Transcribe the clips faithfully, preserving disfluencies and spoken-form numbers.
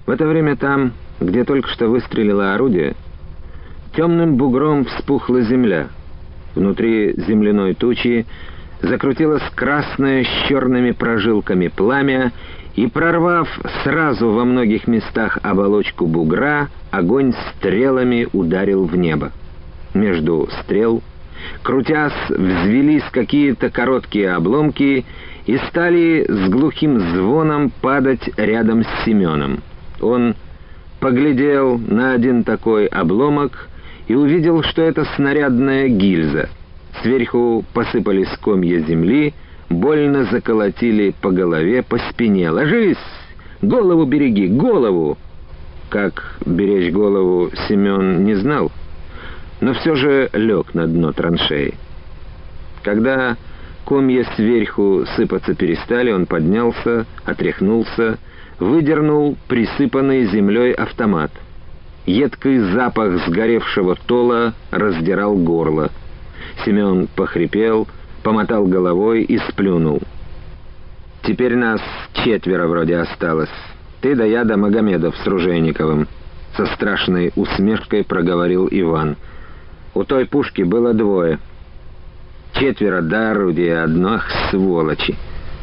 В это время там, где только что выстрелило орудие, темным бугром вспухла земля. Внутри земляной тучи закрутилось красное с черными прожилками пламя, и, прорвав сразу во многих местах оболочку бугра, огонь стрелами ударил в небо. Между стрел, крутясь, взвелись какие-то короткие обломки и стали с глухим звоном падать рядом с Семеном. Он поглядел на один такой обломок и увидел, что это снарядная гильза. Сверху посыпались комья земли, больно заколотили по голове, по спине. «Ложись! Голову береги! Голову!» Как беречь голову Семен не знал, но все же лег на дно траншеи. Когда комья сверху сыпаться перестали, он поднялся, отряхнулся, выдернул присыпанный землей автомат. Едкий запах сгоревшего тола раздирал горло. Семен похрипел, помотал головой и сплюнул. «Теперь нас четверо вроде осталось. Ты да я да Магомедов с Ружейниковым», — со страшной усмешкой проговорил Иван. «У той пушки было двое. Четверо до орудия одно, ах, сволочи!»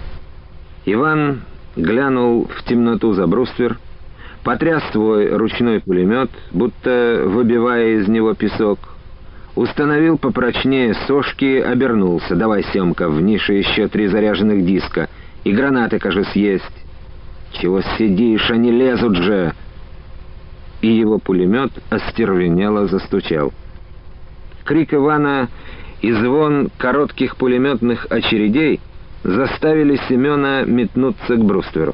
Иван глянул в темноту за бруствер, потряс свой ручной пулемет, будто выбивая из него песок, установил попрочнее сошки, обернулся. «Давай, Семка, в нише еще три заряженных диска. И гранаты, кажется, есть». «Чего сидишь, они лезут же!» И его пулемет остервенело застучал. Крик Ивана и звон коротких пулеметных очередей заставили Семена метнуться к брустверу.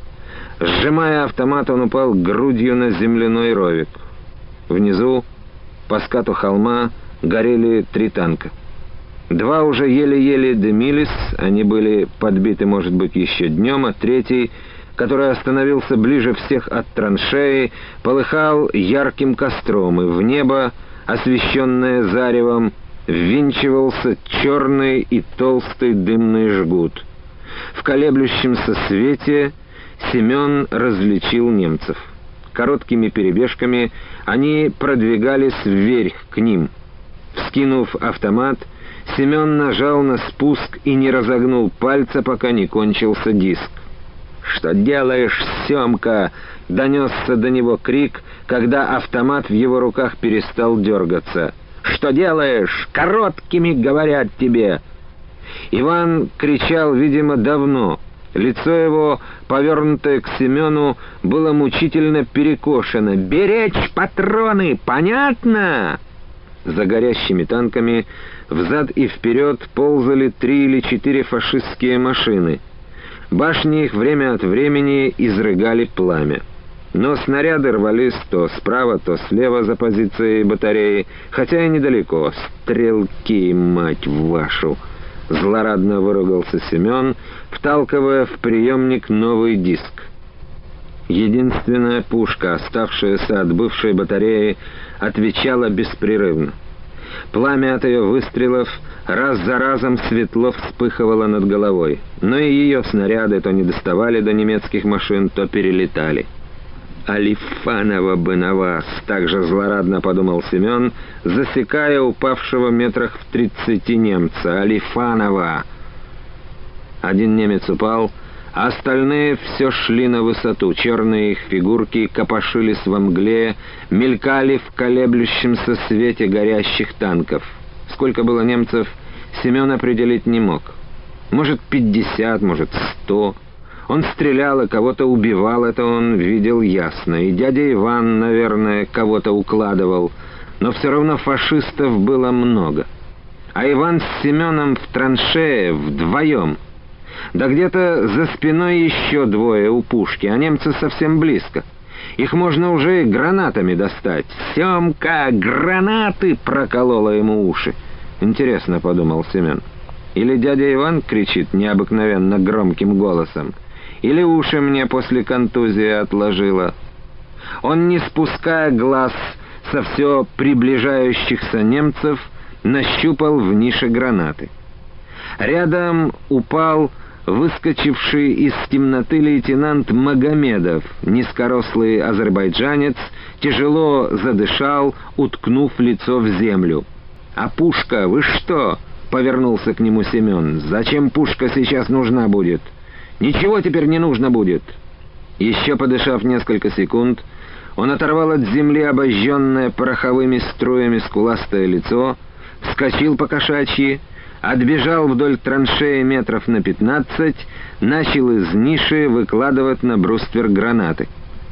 Сжимая автомат, он упал грудью на земляной ровик. Внизу, по скату холма, горели три танка. Два уже еле-еле дымились, они были подбиты, может быть, еще днем, а третий, который остановился ближе всех от траншеи, полыхал ярким костром, и в небо, освещенное заревом, ввинчивался черный и толстый дымный жгут. В колеблющемся свете Семен различил немцев. Короткими перебежками они продвигались вверх к ним. Вскинув автомат, Семен нажал на спуск и не разогнул пальца, пока не кончился диск. «Что делаешь, Семка?» — донесся до него крик, когда автомат в его руках перестал дергаться. «Что делаешь? Короткими, говорят тебе!» Иван кричал, видимо, давно. Лицо его, повернутое к Семену, было мучительно перекошено. «Беречь патроны! Понятно?» За горящими танками взад и вперед ползали три или четыре фашистские машины. Башни их время от времени изрыгали пламя. Но снаряды рвались то справа, то слева за позицией батареи, хотя и недалеко. «Стрелки, мать вашу!» — злорадно выругался Семен, вталкивая в приемник новый диск. Единственная пушка, оставшаяся от бывшей батареи, отвечала беспрерывно. Пламя от ее выстрелов раз за разом светло вспыхивало над головой, но и ее снаряды то не доставали до немецких машин, то перелетали. «Алифанова бы на вас!» — также злорадно подумал Семен, засекая упавшего метрах в тридцати немца. «Алифанова!» Один немец упал, а остальные все шли на высоту. Черные их фигурки копошились во мгле, мелькали в колеблющемся свете горящих танков. Сколько было немцев, Семен определить не мог. Может, пятьдесят, может, сто. Он стрелял и кого-то убивал, это он видел ясно. И дядя Иван, наверное, кого-то укладывал. Но все равно фашистов было много. А Иван с Семеном в траншее вдвоем. Да где-то за спиной еще двое у пушки, а немцы совсем близко. Их можно уже и гранатами достать. «Семка, гранаты!» — прокололо ему уши. «Интересно», — подумал Семен. Или дядя Иван кричит необыкновенно громким голосом, или уши мне после контузии отложило. Он, не спуская глаз со все приближающихся немцев, нащупал в нише гранаты. Рядом упал выскочивший из темноты лейтенант Магомедов, низкорослый азербайджанец, тяжело задышал, уткнув лицо в землю. «А пушка, вы что?» — повернулся к нему Семен. «Зачем пушка сейчас нужна будет? Ничего теперь не нужно будет». Еще подышав несколько секунд, он оторвал от земли обожженное пороховыми струями скуластое лицо, вскочил по-кошачьи, отбежал вдоль траншеи метров на пятнадцать, начал из ниши выкладывать на бруствер гранаты.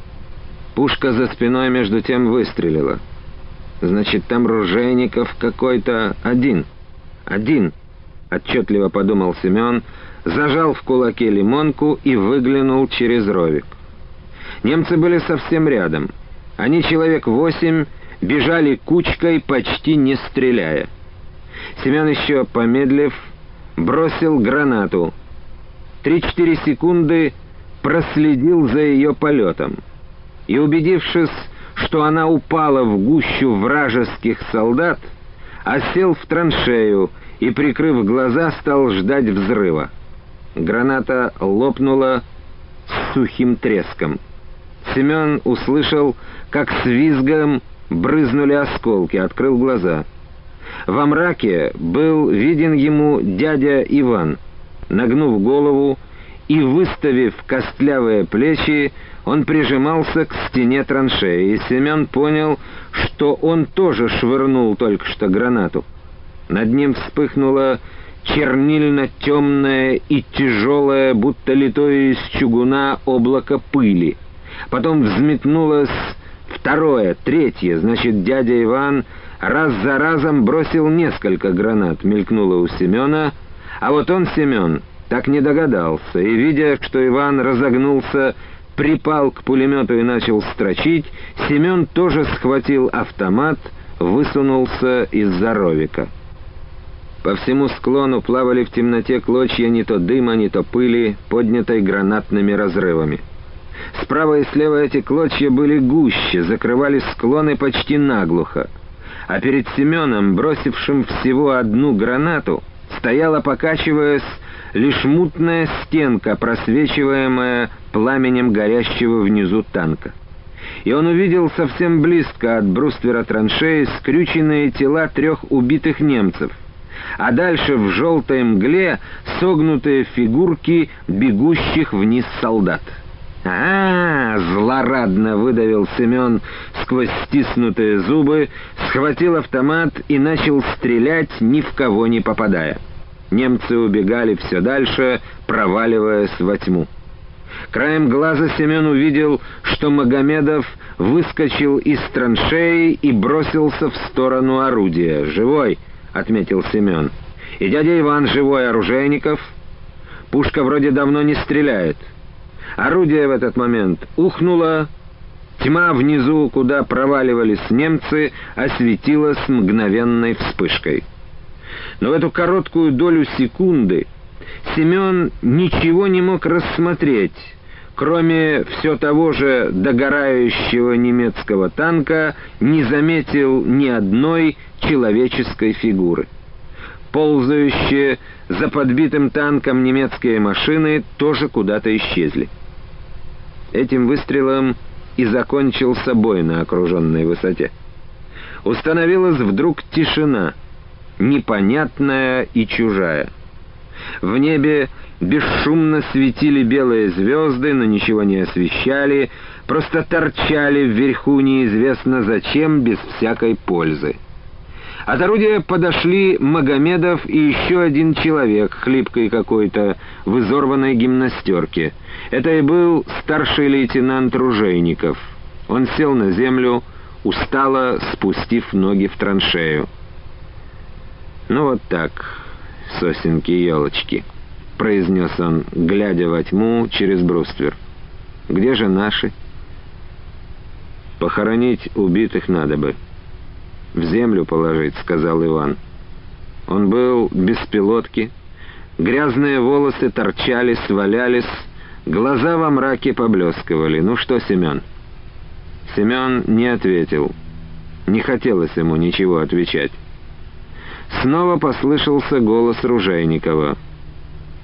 Пушка за спиной между тем выстрелила. «Значит, там Ружейников какой-то один. Один», — отчетливо подумал Семен, зажал в кулаке лимонку и выглянул через ровик. Немцы были совсем рядом. Они, человек восемь, бежали кучкой, почти не стреляя. Семен, еще помедлив, бросил гранату. Три-четыре секунды проследил за ее полетом. И, убедившись, что она упала в гущу вражеских солдат, осел в траншею и, прикрыв глаза, стал ждать взрыва. Граната лопнула с сухим треском. Семен услышал, как с визгом брызнули осколки, открыл глаза. Во мраке был виден ему дядя Иван. Нагнув голову и выставив костлявые плечи, он прижимался к стене траншеи, и Семен понял, что он тоже швырнул только что гранату. Над ним вспыхнуло чернильно-темное и тяжелое, будто литое из чугуна, облако пыли. Потом взметнулось второе, третье, значит, дядя Иван раз за разом бросил несколько гранат, мелькнуло у Семена, а вот он, Семен, так не догадался, и, видя, что Иван разогнулся, припал к пулемету и начал строчить, Семен тоже схватил автомат, высунулся из-за ровика. По всему склону плавали в темноте клочья не то дыма, не то пыли, поднятой гранатными разрывами. Справа и слева эти клочья были гуще, закрывали склоны почти наглухо. А перед Семеном, бросившим всего одну гранату, стояла, покачиваясь, лишь мутная стенка, просвечиваемая пламенем горящего внизу танка. И он увидел совсем близко от бруствера траншеи скрюченные тела трех убитых немцев, а дальше в желтой мгле согнутые фигурки бегущих вниз солдат. «А-а-а!» — злорадно выдавил Семен сквозь стиснутые зубы, схватил автомат и начал стрелять, ни в кого не попадая. Немцы убегали все дальше, проваливаясь во тьму. Краем глаза Семен увидел, что Магомедов выскочил из траншеи и бросился в сторону орудия. «Живой!» — отметил Семен. «И дядя Иван живой, оружейников. Пушка вроде давно не стреляет». Орудие в этот момент ухнуло, тьма внизу, куда проваливались немцы, осветилась мгновенной вспышкой. Но в эту короткую долю секунды Семен ничего не мог рассмотреть, кроме все того же догорающего немецкого танка, не заметил ни одной человеческой фигуры. Ползающие за подбитым танком немецкие машины тоже куда-то исчезли. Этим выстрелом и закончился бой на окруженной высоте. Установилась вдруг тишина, непонятная и чужая. В небе бесшумно светили белые звезды, но ничего не освещали, просто торчали вверху неизвестно зачем, без всякой пользы. От орудия подошли Магомедов и еще один человек, хлипкий какой-то, в изорванной гимнастерке. Это и был старший лейтенант Ружейников. Он сел на землю, устало спустив ноги в траншею. «Ну вот так, сосенки-елочки», — произнес он, глядя во тьму через бруствер. «Где же наши?» «Похоронить убитых надо бы. В землю положить», — сказал Иван. Он был без пилотки, грязные волосы торчали, свалялись, глаза во мраке поблескивали. «Ну что, Семен?» Семен не ответил. Не хотелось ему ничего отвечать. Снова послышался голос Ружейникова.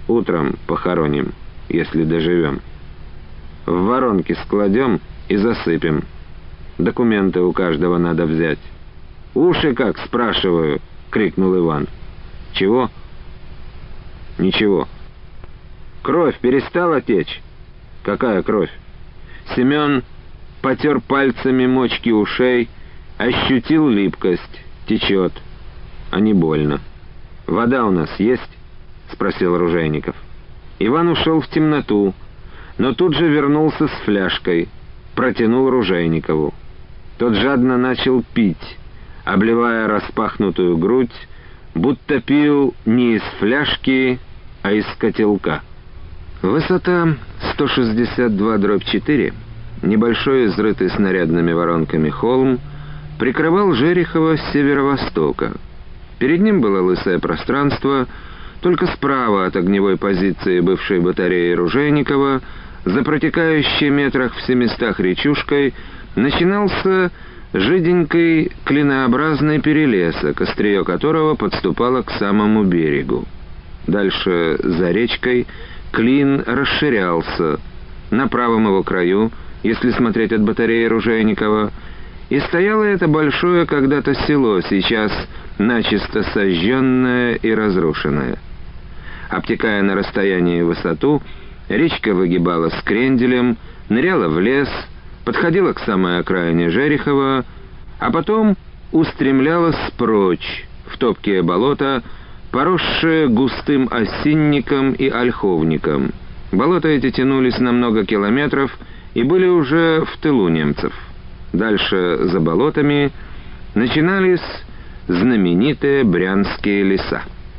Утром похороним, если доживем. В воронки складем и засыпем. Документы у каждого надо взять. «Уши как?» — спрашиваю, — крикнул Иван. «Чего?» «Ничего». «Кровь перестала течь?» «Какая кровь?» Семен потер пальцами мочки ушей, ощутил липкость. Течет, а не больно. «Вода у нас есть?» — спросил Ружейников. Иван ушел в темноту, но тут же вернулся с фляжкой, протянул Ружейникову. Тот жадно начал пить, обливая распахнутую грудь, будто пил не из фляжки, а из котелка. Высота сто шестьдесят два дробь четыре, небольшой изрытый снарядными воронками холм, прикрывал Жерехова с северо-востока. Перед ним было лысое пространство, только справа от огневой позиции бывшей батареи Ружейникова, за протекающей метрах в семистах речушкой, начинался жиденький клинообразный перелесок, острие которого подступало к самому берегу. Дальше, за речкой, клин расширялся. На правом его краю, если смотреть от батареи Ружейникова, и стояло это большое когда-то село, сейчас начисто сожженное и разрушенное. Обтекая на расстоянии высоту, речка выгибалась кренделем, ныряла в лес, подходила к самой окраине Жерехова, а потом устремлялась прочь, в топкие болота, поросшие густым осинником и ольховником. Болота эти тянулись на много километров и были уже в тылу немцев. Дальше, за болотами, начинались знаменитые брянские леса.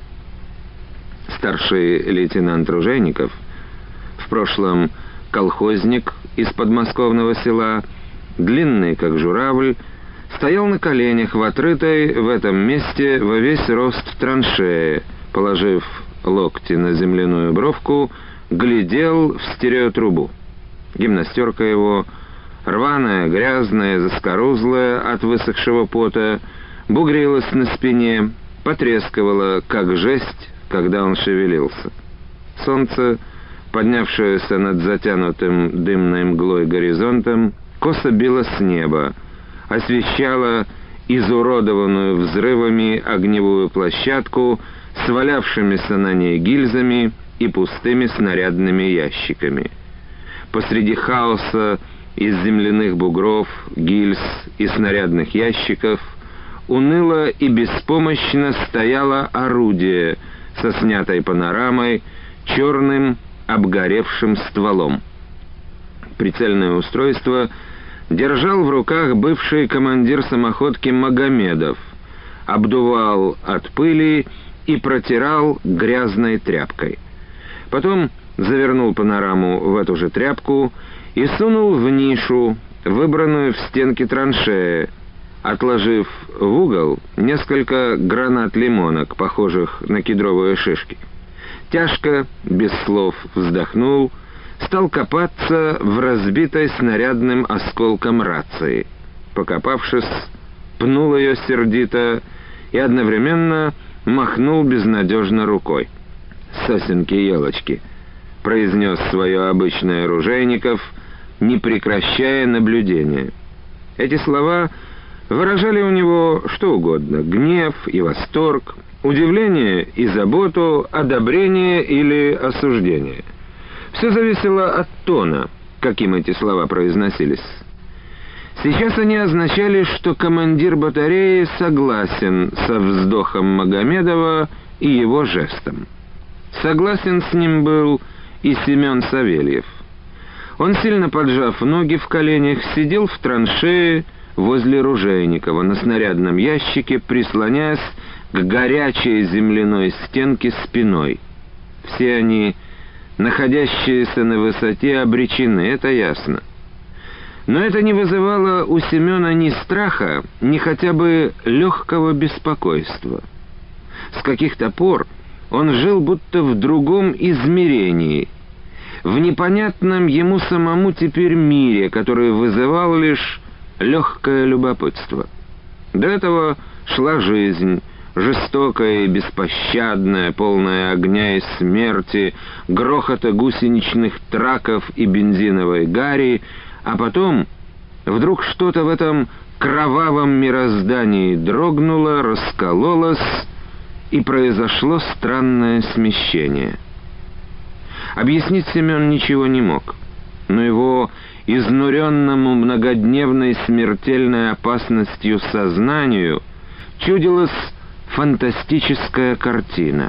Старший лейтенант Ружейников, в прошлом колхозник из подмосковного села, длинный как журавль, стоял на коленях в отрытой в этом месте во весь рост траншеи, положив локти на земляную бровку, глядел в стереотрубу. Гимнастерка его, рваная, грязная, заскорузлая от высохшего пота, бугрилась на спине, потрескивала, как жесть, когда он шевелился. Солнце, поднявшееся над затянутым дымной мглой горизонтом, косо било с неба, освещало изуродованную взрывами огневую площадку с валявшимися на ней гильзами и пустыми снарядными ящиками. Посреди хаоса из земляных бугров, гильз и снарядных ящиков уныло и беспомощно стояло орудие со снятой панорамой, черным обгоревшим стволом. Прицельное устройство держал в руках бывший командир самоходки Магомедов, обдувал от пыли и протирал грязной тряпкой. Потом завернул панораму в эту же тряпку и сунул в нишу, выбранную в стенке траншеи, отложив в угол несколько гранат-лимонок, похожих на кедровые шишки. Тяжко, без слов, вздохнул, стал копаться в разбитой снарядным осколком рации. Покопавшись, пнул ее сердито и одновременно махнул безнадежно рукой. «Сосенки-елочки», — произнес свое обычное Ружейников, не прекращая наблюдения. Эти слова выражали у него что угодно — гнев и восторг, удивление и заботу, одобрение или осуждение. Все зависело от тона, каким эти слова произносились. Сейчас они означали, что командир батареи согласен со вздохом Магомедова и его жестом. Согласен с ним был и Семен Савельев. Он, сильно поджав ноги в коленях, сидел в траншее возле Ружейникова на снарядном ящике, прислоняясь к горячей земляной стенке спиной. Все они, находящиеся на высоте, обречены, это ясно. Но это не вызывало у Семена ни страха, ни хотя бы легкого беспокойства. С каких-то пор он жил будто в другом измерении, в непонятном ему самому теперь мире, который вызывал лишь легкое любопытство. До этого шла жизнь, жестокое и беспощадное, полное огня и смерти, грохота гусеничных траков и бензиновой гари, а потом вдруг что-то в этом кровавом мироздании дрогнуло, раскололось, и произошло странное смещение. Объяснить Семен ничего не мог, но его изнуренному многодневной смертельной опасностью сознанию чудилась фантастическая картина.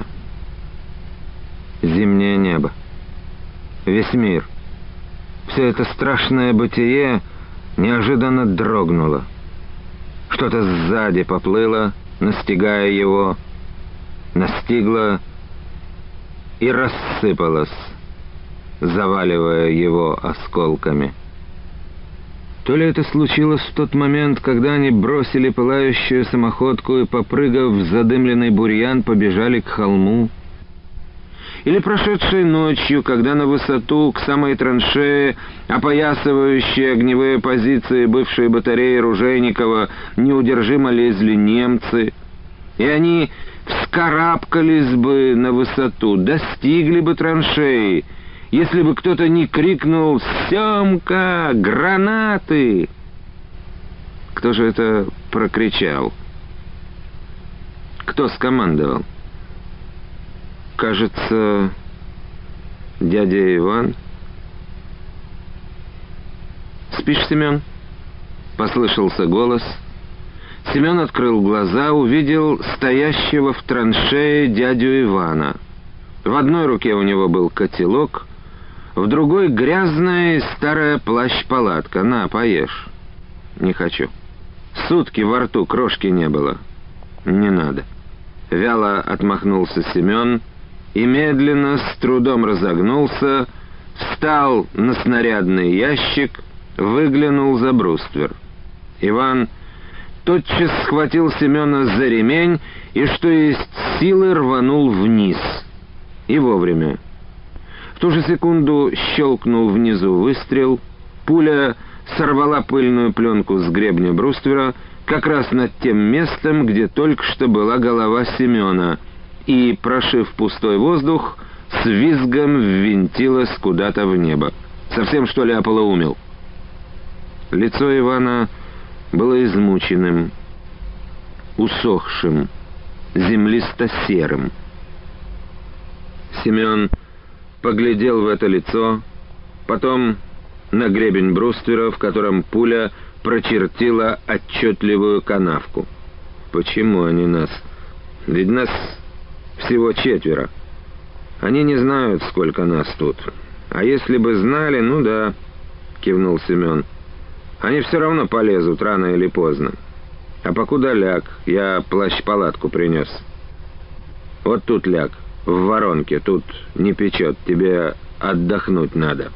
Зимнее небо, весь мир, все это страшное бытие неожиданно дрогнуло. Что-то сзади поплыло, настигая его, настигло и рассыпалось, заваливая его осколками. То ли это случилось в тот момент, когда они бросили пылающую самоходку и, попрыгав в задымленный бурьян, побежали к холму, или прошедшей ночью, когда на высоту к самой траншее, опоясывающие огневые позиции бывшей батареи Ружейникова, неудержимо лезли немцы, и они вскарабкались бы на высоту, достигли бы траншеи, если бы кто-то не крикнул «Семка! Гранаты!». Кто же это прокричал? Кто скомандовал? Кажется, дядя Иван. «Спишь, Семен?» — послышался голос. Семен открыл глаза, увидел стоящего в траншее дядю Ивана. В одной руке у него был котелок, в другой — грязная старая плащ-палатка. «На, поешь». «Не хочу. Сутки во рту крошки не было». «Не надо». Вяло отмахнулся Семен и медленно, с трудом разогнулся, встал на снарядный ящик, выглянул за бруствер. Иван тотчас схватил Семена за ремень и, что есть силы, рванул вниз. И вовремя. В ту же секунду щелкнул внизу выстрел, пуля сорвала пыльную пленку с гребня бруствера как раз над тем местом, где только что была голова Семена, и, прошив пустой воздух, с визгом ввинтилась куда-то в небо. Совсем, что ли, ополоумел? Лицо Ивана было измученным, усохшим, землисто-серым. Семен поглядел в это лицо, потом на гребень бруствера, в котором пуля прочертила отчетливую канавку. Почему они нас? Ведь нас всего четверо. Они не знают, сколько нас тут. А если бы знали, ну да, кивнул Семен. Они все равно полезут рано или поздно. А покуда ляг, я плащ-палатку принес. Вот тут ляг, в воронке, тут не печет, тебе отдохнуть надо.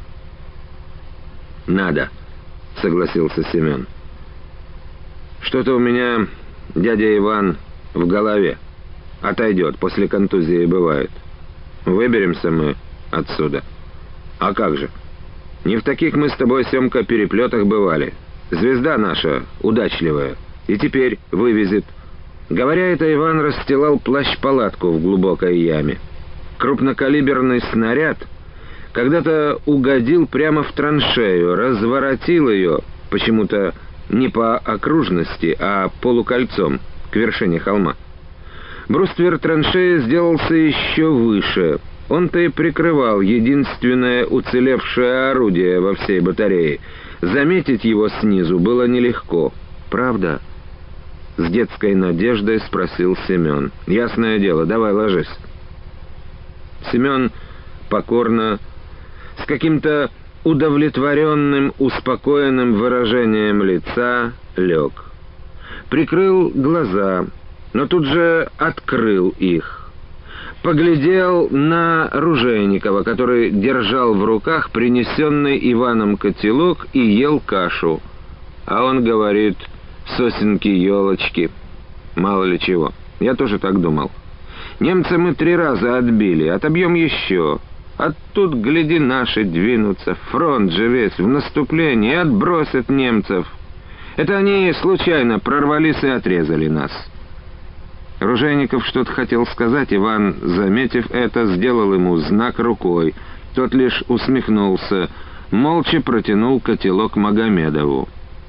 Надо, согласился Семен. Что-то у меня, дядя Иван, в голове. Отойдет, после контузии бывает. Выберемся мы отсюда. А как же? Не в таких мы с тобой, Семка, переплетах бывали. Звезда наша удачливая. И теперь вывезет. Говоря это, Иван расстилал плащ-палатку в глубокой яме. Крупнокалиберный снаряд когда-то угодил прямо в траншею, разворотил ее, почему-то не по окружности, а полукольцом, к вершине холма. Бруствер траншеи сделался еще выше. Он-то и прикрывал единственное уцелевшее орудие во всей батарее. Заметить его снизу было нелегко. «Правда?» — с детской надеждой спросил Семен. «Ясное дело, давай ложись». Семен покорно, с каким-то удовлетворенным, успокоенным выражением лица, лег. Прикрыл глаза, но тут же открыл их. Поглядел на Ружейникова, который держал в руках принесенный Иваном котелок и ел кашу. А он говорит: «Сосенки-елочки». Мало ли чего. Я тоже так думал. Немца мы три раза отбили, отобьем еще. А тут, гляди, наши двинутся. Фронт же весь в наступлении, отбросят немцев. Это они случайно прорвались и отрезали нас. Ружейников что-то хотел сказать, Иван, заметив это, сделал ему знак рукой. Тот лишь усмехнулся, молча протянул котелок Магомедову.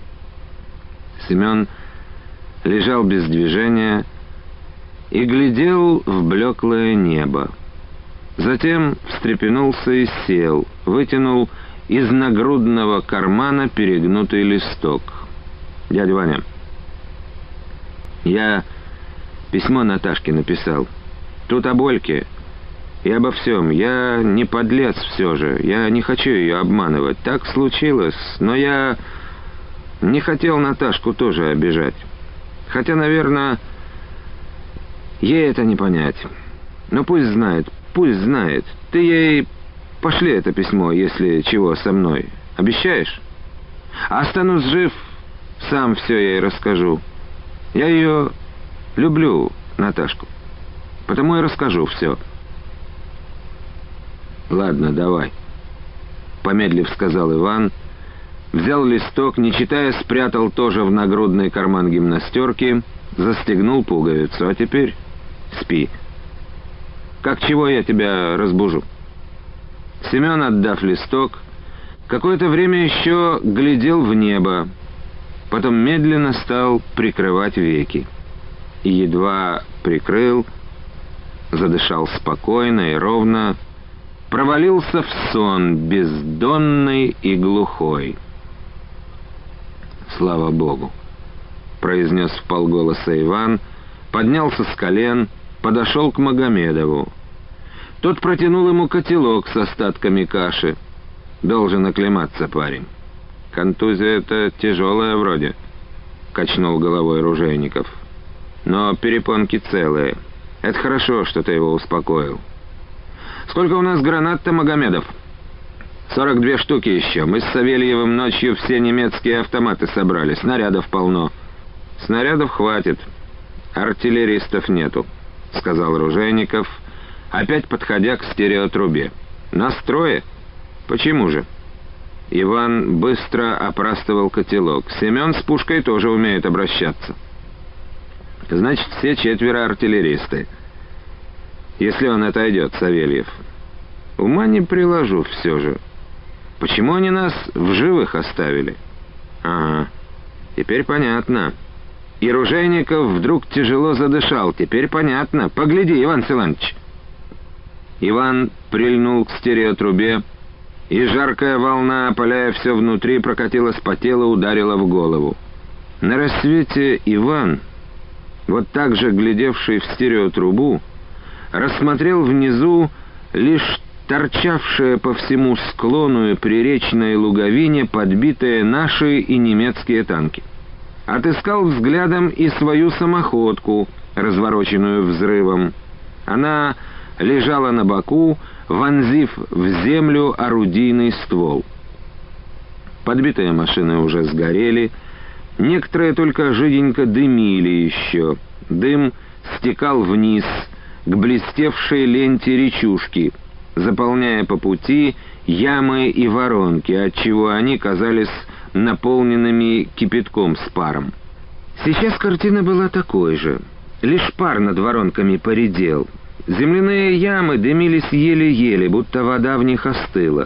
Семен лежал без движения и глядел в блеклое небо. Затем встрепенулся и сел, вытянул из нагрудного кармана перегнутый листок. «Дядя Ваня, я письмо Наташке написал. Тут о Больке и обо всем. Я не подлец все же, я не хочу ее обманывать. Так случилось, но я не хотел Наташку тоже обижать. Хотя, наверное, ей это не понять. Но пусть знает, пусть знает. Ты ей пошли это письмо, если чего, со мной. Обещаешь? А останусь жив, сам все ей расскажу. Я ее люблю, Наташку, потому и расскажу все». «Ладно, давай», — помедлив сказал Иван, взял листок, не читая, спрятал тоже в нагрудный карман гимнастерки, застегнул пуговицу. «А теперь спи. Как чего я тебя разбужу?» Семен, отдав листок, какое-то время еще глядел в небо, потом медленно стал прикрывать веки. И едва прикрыл, задышал спокойно и ровно, провалился в сон, бездонный и глухой. «Слава Богу!» — произнес вполголоса Иван, поднялся с колен, подошел к Магомедову. Тот протянул ему котелок с остатками каши. «Должен оклематься, парень. Контузия-то тяжелая вроде», — качнул головой Ружейников. «Но перепонки целые. Это хорошо, что ты его успокоил. Сколько у нас гранат-то, Магомедов?» «Сорок две штуки еще. Мы с Савельевым ночью все немецкие автоматы собрали. Снарядов полно». «Снарядов хватит. Артиллеристов нету», — сказал Ружейников, опять подходя к стереотрубе. «Настрое? Почему же?» Иван быстро опрастывал котелок. «Семен с пушкой тоже умеет обращаться». «Значит, все четверо артиллеристы. Если он отойдет, Савельев. Ума не приложу все же. Почему они нас в живых оставили?» «Ага, теперь понятно». И Ружейников вдруг тяжело задышал. «Теперь понятно. Погляди, Иван Силантьевич». Иван прильнул к стереотрубе, и жаркая волна, опаляя все внутри, прокатилась по телу, ударила в голову. На рассвете Иван, вот так же глядевший в стереотрубу, рассмотрел внизу лишь торчавшие по всему склону и приречной луговине подбитые наши и немецкие танки. Отыскал взглядом и свою самоходку, развороченную взрывом. Она лежала на боку, вонзив в землю орудийный ствол. Подбитые машины уже сгорели, некоторые только жиденько дымили еще. Дым стекал вниз, к блестевшей ленте речушки, заполняя по пути ямы и воронки, отчего они казались наполненными кипятком с паром. Сейчас картина была такой же, лишь пар над воронками поредел. Земляные ямы дымились еле-еле, будто вода в них остыла.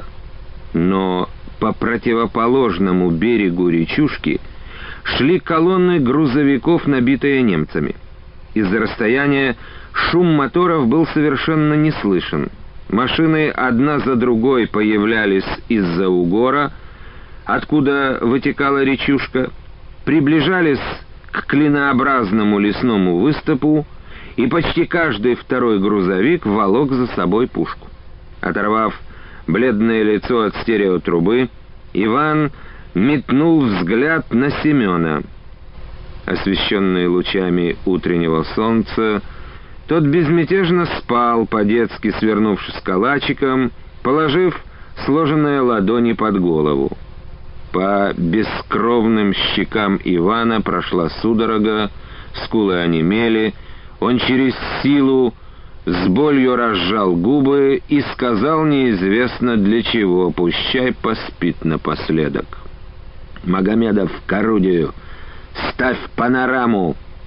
Но по противоположному берегу речушки шли колонны грузовиков, набитые немцами. Из-за расстояния шум моторов был совершенно не слышен. Машины одна за другой появлялись из-за угора, откуда вытекала речушка, приближались к клинообразному лесному выступу, и почти каждый второй грузовик волок за собой пушку. Оторвав бледное лицо от стереотрубы, Иван метнул взгляд на Семена. Освещенный лучами утреннего солнца, тот безмятежно спал, по-детски свернувшись калачиком, положив сложенные ладони под голову. По бескровным щекам Ивана прошла судорога, скулы онемели, он через силу с болью разжал губы и сказал неизвестно для чего: «Пущай поспит напоследок». «Магомедов, к орудию! Ставь панораму!»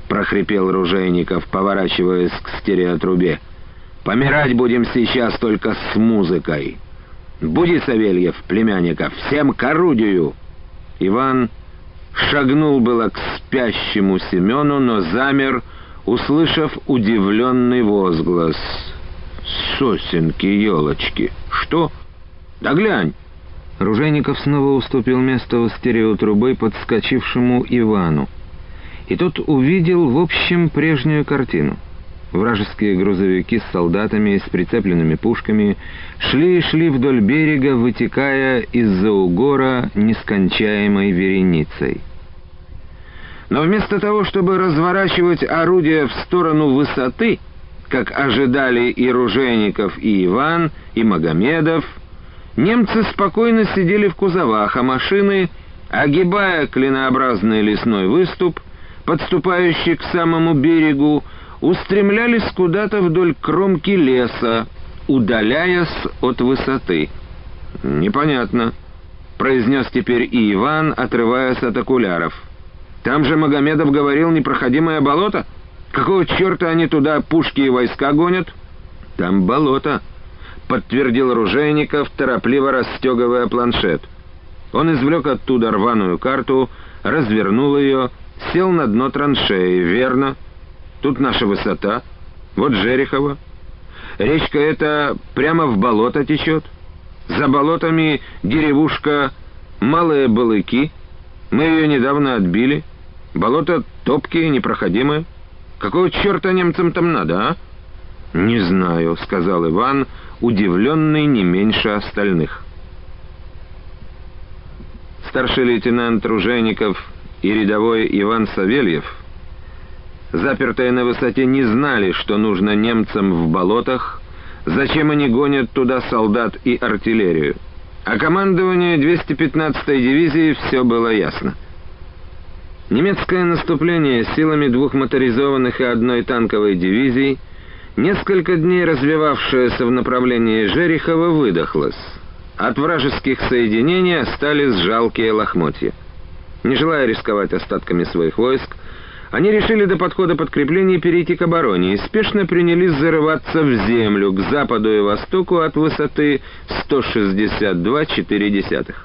— прохрипел Ружейников, поворачиваясь к стереотрубе. «Помирать будем сейчас только с музыкой. Буди, Савельев, племянников, всем к орудию!» Иван шагнул было к спящему Семену, но замер, услышав удивленный возглас. «Сосенки-елочки! Что? Да глянь!» Ружейников снова уступил место у стереотрубы подскочившему Ивану. И тот увидел, в общем, прежнюю картину. Вражеские грузовики с солдатами и с прицепленными пушками шли и шли вдоль берега, вытекая из-за угора нескончаемой вереницей. Но вместо того, чтобы разворачивать орудия в сторону высоты, как ожидали и Ружейников, и Иван, и Магомедов, немцы спокойно сидели в кузовах, а машины, огибая клинообразный лесной выступ, подступающий к самому берегу, устремлялись куда-то вдоль кромки леса, удаляясь от высоты. «Непонятно», — произнес теперь и Иван, отрываясь от окуляров. «Там же Магомедов говорил непроходимое болото. Какого черта они туда пушки и войска гонят?» «Там болото», — подтвердил Ружейников, торопливо расстегивая планшет. Он извлек оттуда рваную карту, развернул ее, сел на дно траншеи. «Верно. Тут наша высота. Вот Жерехово. Речка эта прямо в болото течет. За болотами деревушка Малые Балыки. Мы ее недавно отбили. Болото топкие, непроходимые. Какого черта немцам там надо, а?» «Не знаю», — сказал Иван, удивленный не меньше остальных. Старший лейтенант Ружейников и рядовой Иван Савельев, запертые на высоте, не знали, что нужно немцам в болотах, зачем они гонят туда солдат и артиллерию. А командованию двести пятнадцатой дивизии все было ясно. Немецкое наступление силами двух моторизованных и одной танковой дивизий, несколько дней развивавшееся в направлении Жерехова, выдохлось. От вражеских соединений остались жалкие лохмотья. Не желая рисковать остатками своих войск, они решили до подхода подкреплений перейти к обороне и спешно принялись зарываться в землю к западу и востоку от высоты сто шестьдесят два целых четыре десятых.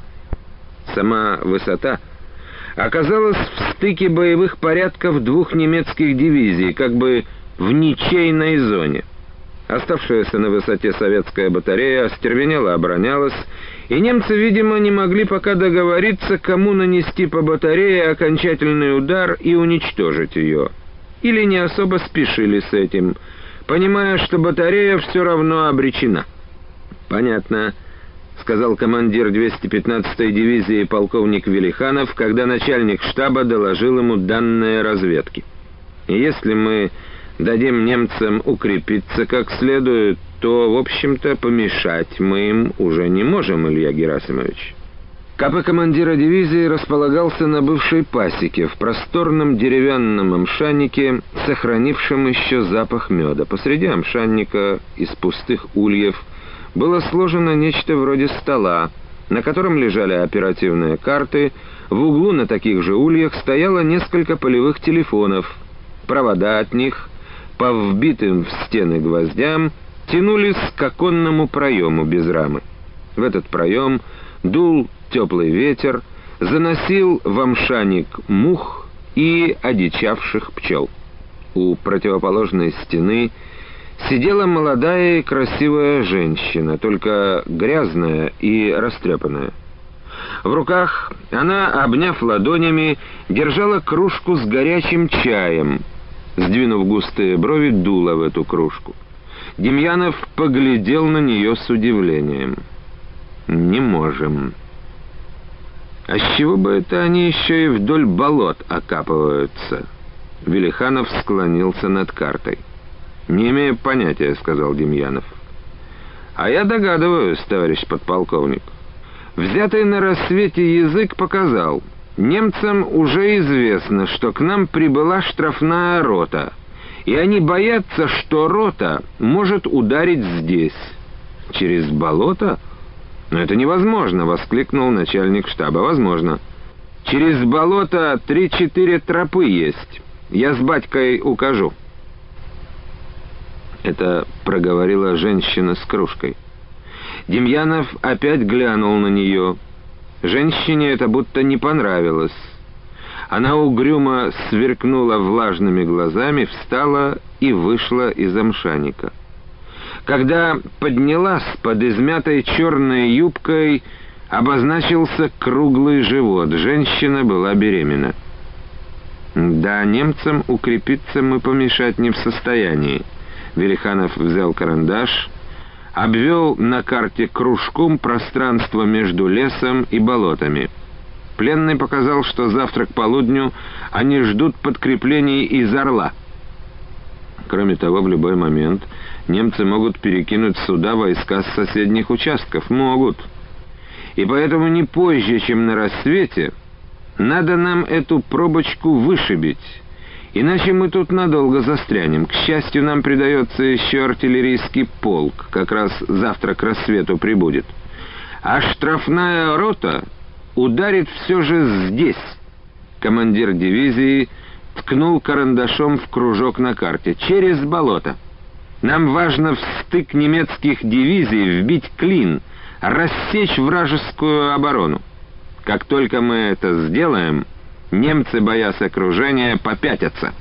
Сама высота оказалась в стыке боевых порядков двух немецких дивизий, как бы в ничейной зоне. Оставшаяся на высоте советская батарея остервенело оборонялась, и немцы, видимо, не могли пока договориться, кому нанести по батарее окончательный удар и уничтожить ее. Или не особо спешили с этим, понимая, что батарея все равно обречена. «Понятно», — сказал командир двести пятнадцатой дивизии полковник Велиханов, когда начальник штаба доложил ему данные разведки. «И если мы дадим немцам укрепиться как следует, то, в общем-то, помешать мы им уже не можем, Илья Герасимович». КП командира дивизии располагался на бывшей пасеке, в просторном деревянном амшаннике, сохранившем еще запах меда. Посреди амшанника из пустых ульев было сложено нечто вроде стола, на котором лежали оперативные карты. В углу на таких же ульях стояло несколько полевых телефонов. Провода от них, по вбитым в стены гвоздям, тянулись к оконному проему без рамы. В этот проем дул теплый ветер, заносил в амшаник мух и одичавших пчел. У противоположной стены сидела молодая и красивая женщина, только грязная и растрепанная. В руках она, обняв ладонями, держала кружку с горячим чаем. Сдвинув густые брови, дула в эту кружку. Демьянов поглядел на нее с удивлением. «Не можем. А с чего бы это они еще и вдоль болот окапываются?» Велиханов склонился над картой. «Не имею понятия», — сказал Демьянов. «А я догадываюсь, товарищ подполковник. Взятый на рассвете язык показал. Немцам уже известно, что к нам прибыла штрафная рота, и они боятся, что рота может ударить здесь». «Через болото? Но это невозможно», — воскликнул начальник штаба. «Возможно. Через болото три-четыре тропы есть. Я с батькой укажу». Это проговорила женщина с кружкой. Демьянов опять глянул на нее. Женщине это будто не понравилось. Она угрюмо сверкнула влажными глазами, встала и вышла из амшаника. Когда поднялась, под измятой черной юбкой обозначился круглый живот. Женщина была беременна. «Да, немцам укрепиться мы помешать не в состоянии». Велиханов взял карандаш, обвел на карте кружком пространство между лесом и болотами. Пленный показал, что завтра к полудню они ждут подкреплений из Орла. Кроме того, в любой момент немцы могут перекинуть сюда войска с соседних участков. Могут. И поэтому не позже, чем на рассвете, надо нам эту пробочку вышибить. Иначе мы тут надолго застрянем. К счастью, нам придается еще артиллерийский полк. Как раз завтра к рассвету прибудет. А штрафная рота ударит все же здесь. Командир дивизии ткнул карандашом в кружок на карте. Через болото. Нам важно в стык немецких дивизий вбить клин, рассечь вражескую оборону. Как только мы это сделаем, немцы, боясь окружения, попятятся.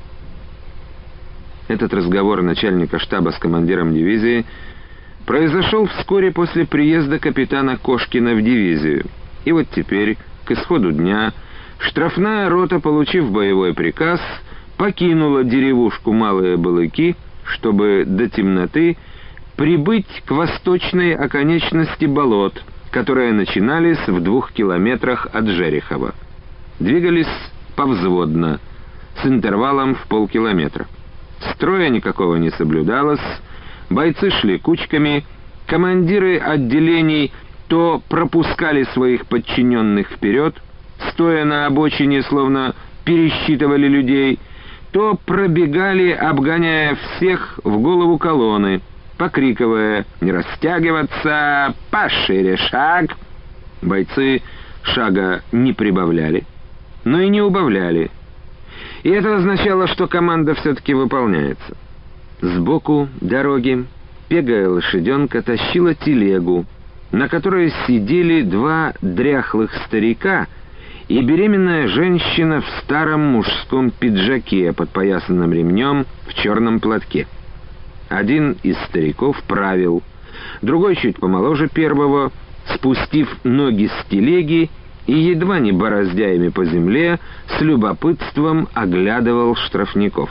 Этот разговор начальника штаба с командиром дивизии произошел вскоре после приезда капитана Кошкина в дивизию. И вот теперь, к исходу дня, штрафная рота, получив боевой приказ, покинула деревушку Малые Балыки, чтобы до темноты прибыть к восточной оконечности болот, которые начинались в двух километрах от Жерехова. Двигались повзводно, с интервалом в полкилометра. Строя никакого не соблюдалось, бойцы шли кучками, командиры отделений то пропускали своих подчиненных вперед, стоя на обочине, словно пересчитывали людей, то пробегали, обгоняя всех в голову колонны, покрикивая «Не растягиваться! Пошире шаг!». Бойцы шага не прибавляли, но и не убавляли. И это означало, что команда все-таки выполняется. Сбоку дороги пегая лошаденка тащила телегу, на которой сидели два дряхлых старика и беременная женщина в старом мужском пиджаке, подпоясанном ремнем, в черном платке. Один из стариков правил, другой чуть помоложе первого, спустив ноги с телеги и, едва не бороздяями по земле, с любопытством оглядывал штрафников.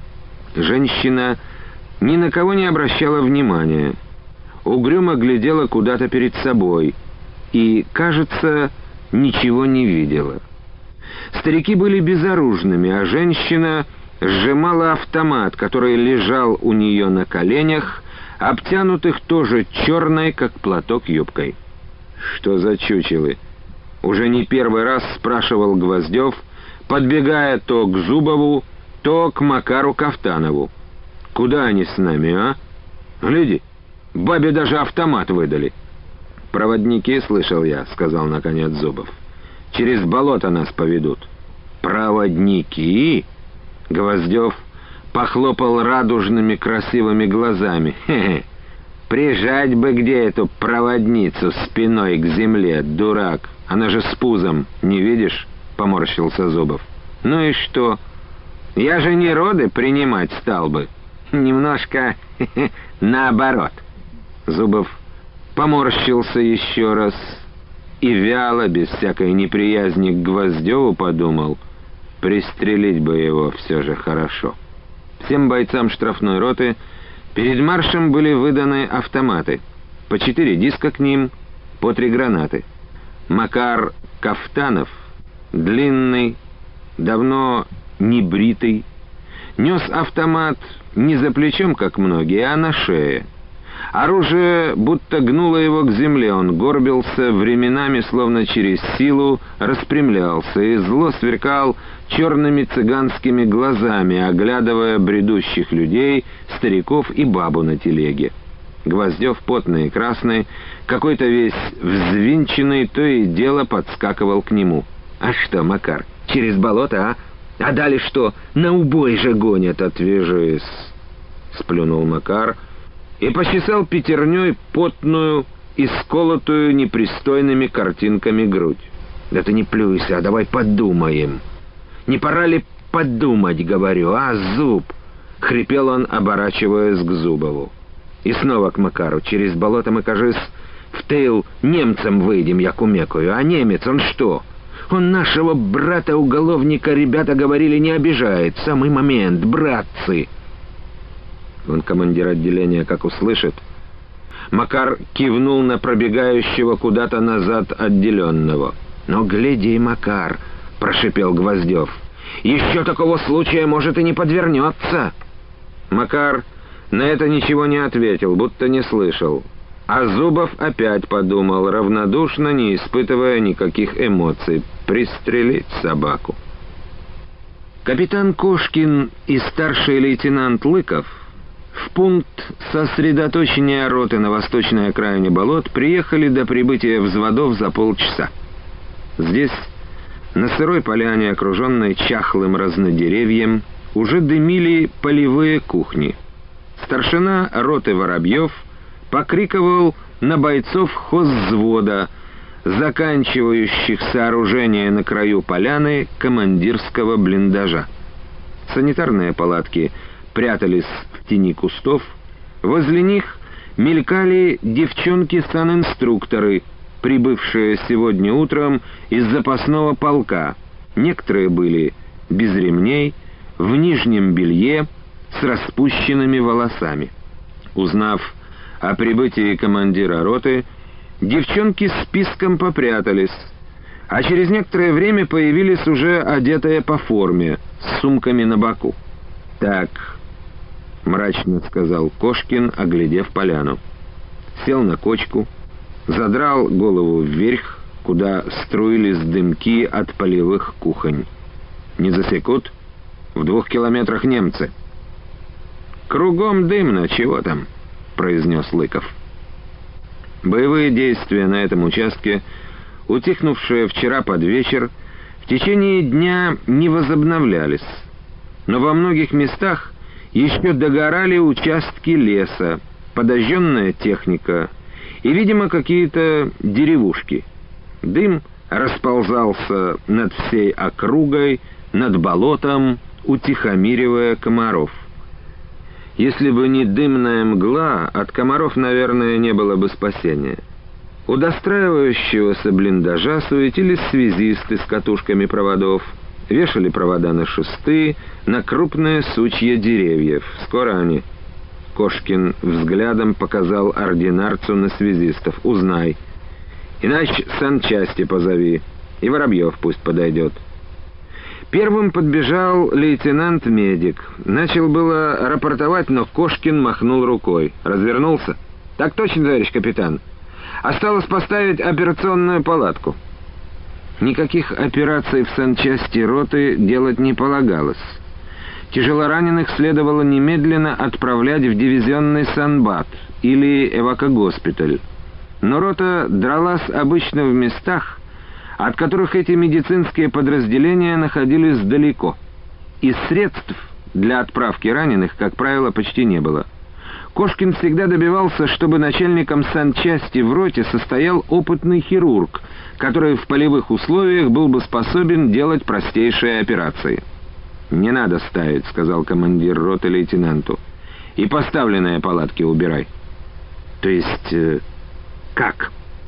Женщина ни на кого не обращала внимания, угрюмо глядела куда-то перед собой и, кажется, ничего не видела. Старики были безоружными, а женщина сжимала автомат, который лежал у нее на коленях, обтянутых тоже черной, как платок, юбкой. «Что за чучелы?» — уже не первый раз спрашивал Гвоздев, подбегая то к Зубову, то к Макару Кафтанову. «Куда они с нами, а? Гляди, бабе даже автомат выдали». «Проводники, слышал я», — сказал наконец Зубов. «Через болото нас поведут». «Проводники?» — Гвоздев похлопал радужными красивыми глазами. «Хе-хе! Прижать бы где эту проводницу спиной к земле, дурак! Она же с пузом, не видишь?» — поморщился Зубов. «Ну и что? Я же не роды принимать стал бы. Немножко наоборот». Зубов поморщился еще раз и вяло, без всякой неприязни к Гвоздеву, подумал: пристрелить бы его все же хорошо. Всем бойцам штрафной роты перед маршем были выданы автоматы, по четыре диска к ним, по три гранаты. Макар Кафтанов, длинный, давно не бритый, нес автомат не за плечом, как многие, а на шее. Оружие будто гнуло его к земле, он горбился, временами, словно через силу, распрямлялся и зло сверкал черными цыганскими глазами, оглядывая бредущих людей, стариков и бабу на телеге. Гвоздев, потный и красный, какой-то весь взвинченный, то и дело подскакивал к нему. «А что, Макар, через болото, а? А далее что? На убой же гонят, отвяжись!» Сплюнул Макар и почесал пятерней потную и сколотую непристойными картинками грудь. «Да ты не плюйся, а давай подумаем. Не пора ли подумать, говорю, а, Зуб?» — хрипел он, оборачиваясь к Зубову. И снова к Макару. «Через болото мы, кажись, в тыл немцам выйдем, я кумекаю. А немец, он что? Он нашего брата-уголовника, ребята говорили, не обижает. Самый момент, братцы!» Он, командир отделения, как услышит. Макар кивнул на пробегающего куда-то назад отделенного. «Но гляди, Макар!» — прошипел Гвоздев. «Еще такого случая, может, и не подвернется!» Макар на это ничего не ответил, будто не слышал. А Зубов опять подумал, равнодушно, не испытывая никаких эмоций, пристрелить собаку. Капитан Кошкин и старший лейтенант Лыков в пункт сосредоточения роты на восточной окраине болот приехали до прибытия взводов за полчаса. Здесь, на сырой поляне, окруженной чахлым разнодеревьем, уже дымили полевые кухни. Старшина роты Воробьев покрикивал на бойцов хозвзвода, заканчивающих сооружение на краю поляны командирского блиндажа. Санитарные палатки прятались в тени кустов, возле них мелькали девчонки-санинструкторы, прибывшие сегодня утром из запасного полка. Некоторые были без ремней, в нижнем белье, с распущенными волосами. Узнав о прибытии командира роты, девчонки списком попрятались, а через некоторое время появились уже одетые по форме, с сумками на боку. «Так», — мрачно сказал Кошкин, оглядев поляну. Сел на кочку, задрал голову вверх, куда струились дымки от полевых кухонь. «Не засекут? В двух километрах немцы». «Кругом дымно, чего там?» — произнес Лыков. Боевые действия на этом участке, утихнувшие вчера под вечер, в течение дня не возобновлялись, но во многих местах еще догорали участки леса, подожженная техника и, видимо, какие-то деревушки. Дым расползался над всей округой, над болотом, утихомиривая комаров. Если бы не дымная мгла, от комаров, наверное, не было бы спасения. У достраивающегося блиндажа суетились связисты с катушками проводов, вешали провода на шесты, на крупные сучья деревьев. Скоро они. Кошкин взглядом показал ординарцу на связистов. «Узнай. Иначе санчасти позови. И Воробьев пусть подойдет». Первым подбежал лейтенант-медик. Начал было рапортовать, но Кошкин махнул рукой. Развернулся. «Так точно, товарищ капитан. Осталось поставить операционную палатку». Никаких операций в санчасти роты делать не полагалось. Тяжелораненых следовало немедленно отправлять в дивизионный санбат или эвакогоспиталь. Но рота дралась обычно в местах, от которых эти медицинские подразделения находились далеко, и средств для отправки раненых, как правило, почти не было. Кошкин всегда добивался, чтобы начальником санчасти в роте состоял опытный хирург, который в полевых условиях был бы способен делать простейшие операции. «Не надо ставить», — сказал командир роты лейтенанту. «И поставленные палатки убирай». «То есть... Э, как?»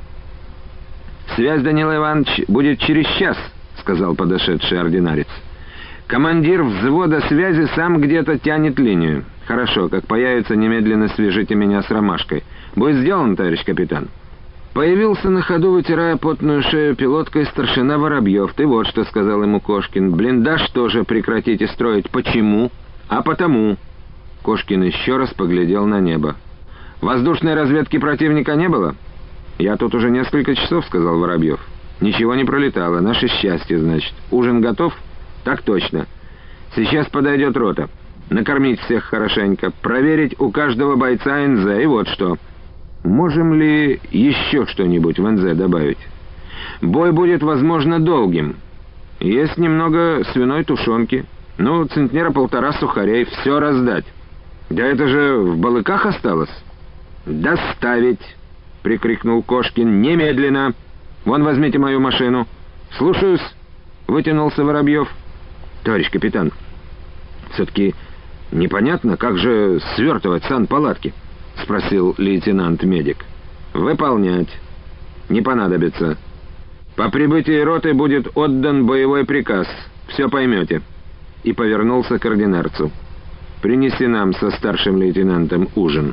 «Связь, Данил Иванович, будет через час», — сказал подошедший ординарец. «Командир взвода связи сам где-то тянет линию. Хорошо, как появится, немедленно свяжите меня с Ромашкой. Будет сделано, товарищ капитан». Появился на ходу, вытирая потную шею пилоткой, старшина Воробьев. «Ты вот что», — сказал ему Кошкин. «Блиндаж тоже прекратите строить». «Почему?» «А потому». Кошкин еще раз поглядел на небо. «Воздушной разведки противника не было?» «Я тут уже несколько часов», — сказал Воробьев. «Ничего не пролетало. Наше счастье, значит. Ужин готов?» «Так точно. Сейчас подойдет рота. Накормить всех хорошенько, проверить у каждого бойца эн зэ. И вот что. Можем ли еще что-нибудь в эн зэ добавить? Бой будет, возможно, долгим. Есть немного свиной тушенки. Ну, центнера полтора сухарей. Все раздать. Да это же в Балыках осталось. «Доставить!» — прикрикнул Кошкин. «Немедленно! Вон, возьмите мою машину!» «Слушаюсь!» — вытянулся Воробьев. «Товарищ капитан, все-таки непонятно, как же свертывать санпалатки?» — спросил лейтенант-медик. «Выполнять. Не понадобится. По прибытии роты будет отдан боевой приказ. Все поймете». И повернулся к ординарцу. «Принеси нам со старшим лейтенантом ужин».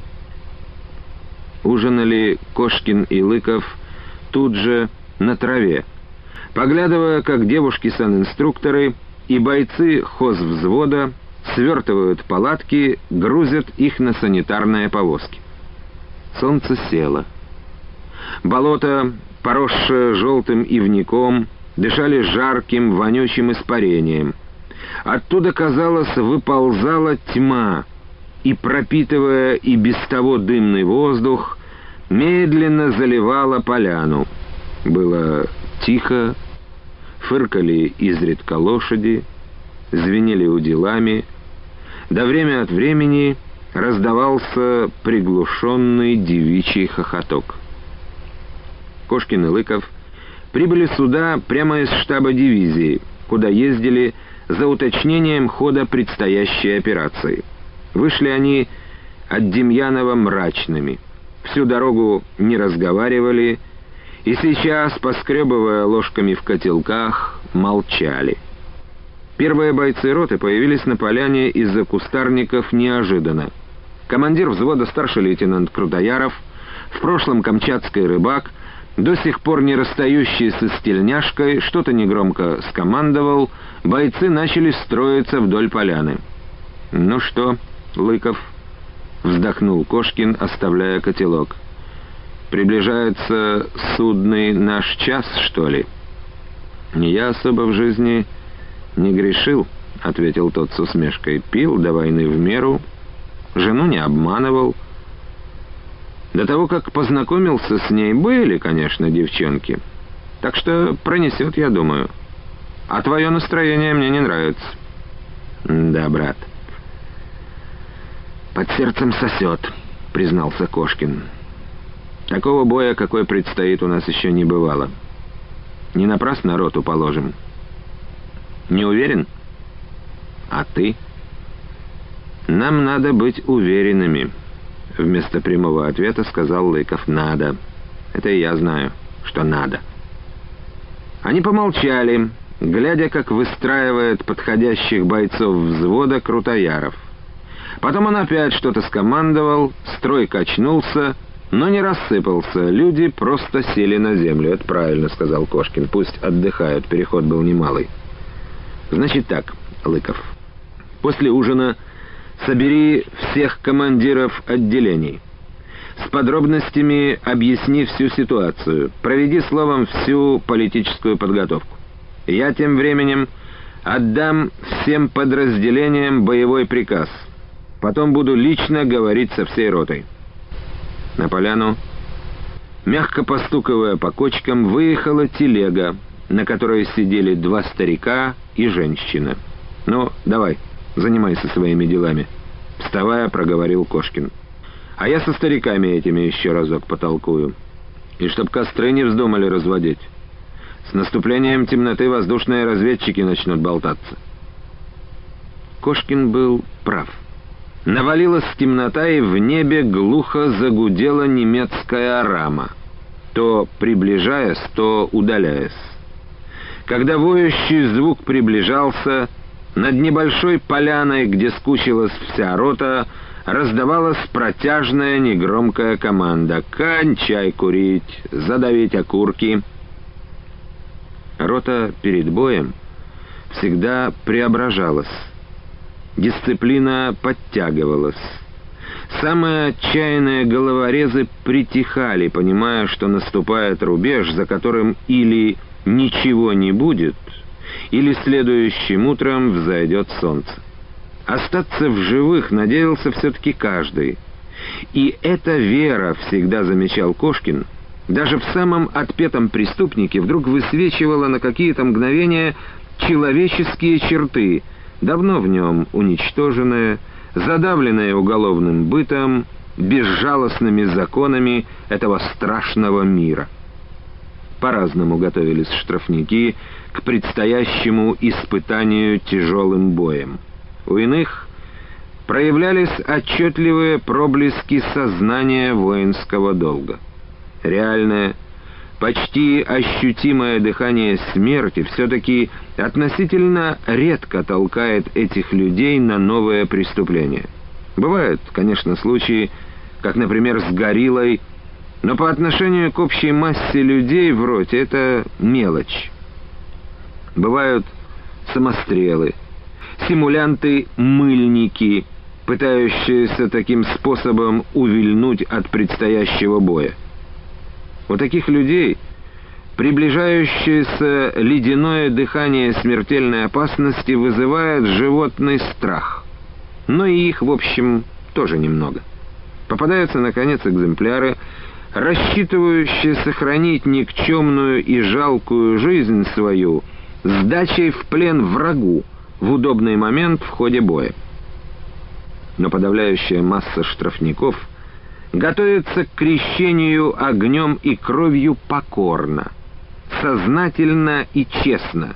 Ужинали Кошкин и Лыков тут же на траве, поглядывая, как девушки-санинструкторы и бойцы хозвзвода свертывают палатки, грузят их на санитарные повозки. Солнце село. Болото, поросшее желтым ивняком, дышали жарким, вонючим испарением. Оттуда, казалось, выползала тьма, и, пропитывая и без того дымный воздух, медленно заливала поляну. Было тихо, фыркали изредка лошади, звенели уделами, да время от времени раздавался приглушенный девичий хохоток. Кошкин и Лыков прибыли сюда прямо из штаба дивизии, куда ездили за уточнением хода предстоящей операции. Вышли они от Демьянова мрачными. Всю дорогу не разговаривали, и сейчас, поскребывая ложками в котелках, молчали. Первые бойцы роты появились на поляне из-за кустарников неожиданно. Командир взвода старший лейтенант Крутояров, в прошлом камчатский рыбак, до сих пор не расстающийся с тельняшкой, что-то негромко скомандовал, бойцы начали строиться вдоль поляны. «Ну что, Лыков?» — вздохнул Кошкин, оставляя котелок. «Приближается судный наш час, что ли?» «Я особо в жизни не грешил», — ответил тот с усмешкой. «Пил до войны в меру, жену не обманывал. До того, как познакомился с ней, были, конечно, девчонки. Так что пронесет, я думаю. А твое настроение мне не нравится». «Да, брат, под сердцем сосет», — признался Кошкин. «Такого боя, какой предстоит, у нас еще не бывало. Не напрасно роту положим». «Не уверен? А ты?» «Нам надо быть уверенными», — вместо прямого ответа сказал Лыков. «Надо. Это и я знаю, что надо». Они помолчали, глядя, как выстраивает подходящих бойцов взвода Крутояров. Потом он опять что-то скомандовал, строй качнулся, но не рассыпался. Люди просто сели на землю. «Это правильно», — сказал Кошкин. «Пусть отдыхают, переход был немалый». «Значит так, Лыков, после ужина собери всех командиров отделений. С подробностями объясни всю ситуацию. Проведи словом всю политическую подготовку. Я тем временем отдам всем подразделениям боевой приказ. Потом буду лично говорить со всей ротой». На поляну, мягко постукивая по кочкам, выехала телега, на которой сидели два старика и женщина. «Ну, давай, занимайся своими делами», — вставая, проговорил Кошкин. «А я со стариками этими еще разок потолкую. И чтоб костры не вздумали разводить. С наступлением темноты воздушные разведчики начнут болтаться». Кошкин был прав. Навалилась темнота, и в небе глухо загудела немецкая рама, то приближаясь, то удаляясь. Когда воющий звук приближался, над небольшой поляной, где скучилась вся рота, раздавалась протяжная негромкая команда: «Кончай курить! Задавить окурки!» Рота перед боем всегда преображалась. Дисциплина подтягивалась. Самые отчаянные головорезы притихали, понимая, что наступает рубеж, за которым или ничего не будет, или следующим утром взойдет солнце. Остаться в живых надеялся все-таки каждый. И эта вера, всегда замечал Кошкин, даже в самом отпетом преступнике вдруг высвечивало на какие-то мгновения человеческие черты, давно в нем уничтоженные, задавленные уголовным бытом, безжалостными законами этого страшного мира. По-разному готовились штрафники к предстоящему испытанию тяжелым боем. У иных проявлялись отчетливые проблески сознания воинского долга. Реальное, почти ощутимое дыхание смерти все-таки относительно редко толкает этих людей на новые преступления. Бывают, конечно, случаи, как, например, с гориллой, но по отношению к общей массе людей в роте это мелочь. Бывают самострелы, симулянты-мыльники, пытающиеся таким способом увильнуть от предстоящего боя. У таких людей приближающееся ледяное дыхание смертельной опасности вызывает животный страх. Но и их, в общем, тоже немного. Попадаются, наконец, экземпляры, рассчитывающие сохранить никчемную и жалкую жизнь свою сдачей в плен врагу в удобный момент в ходе боя. Но подавляющая масса штрафников готовится к крещению огнем и кровью покорно, сознательно и честно,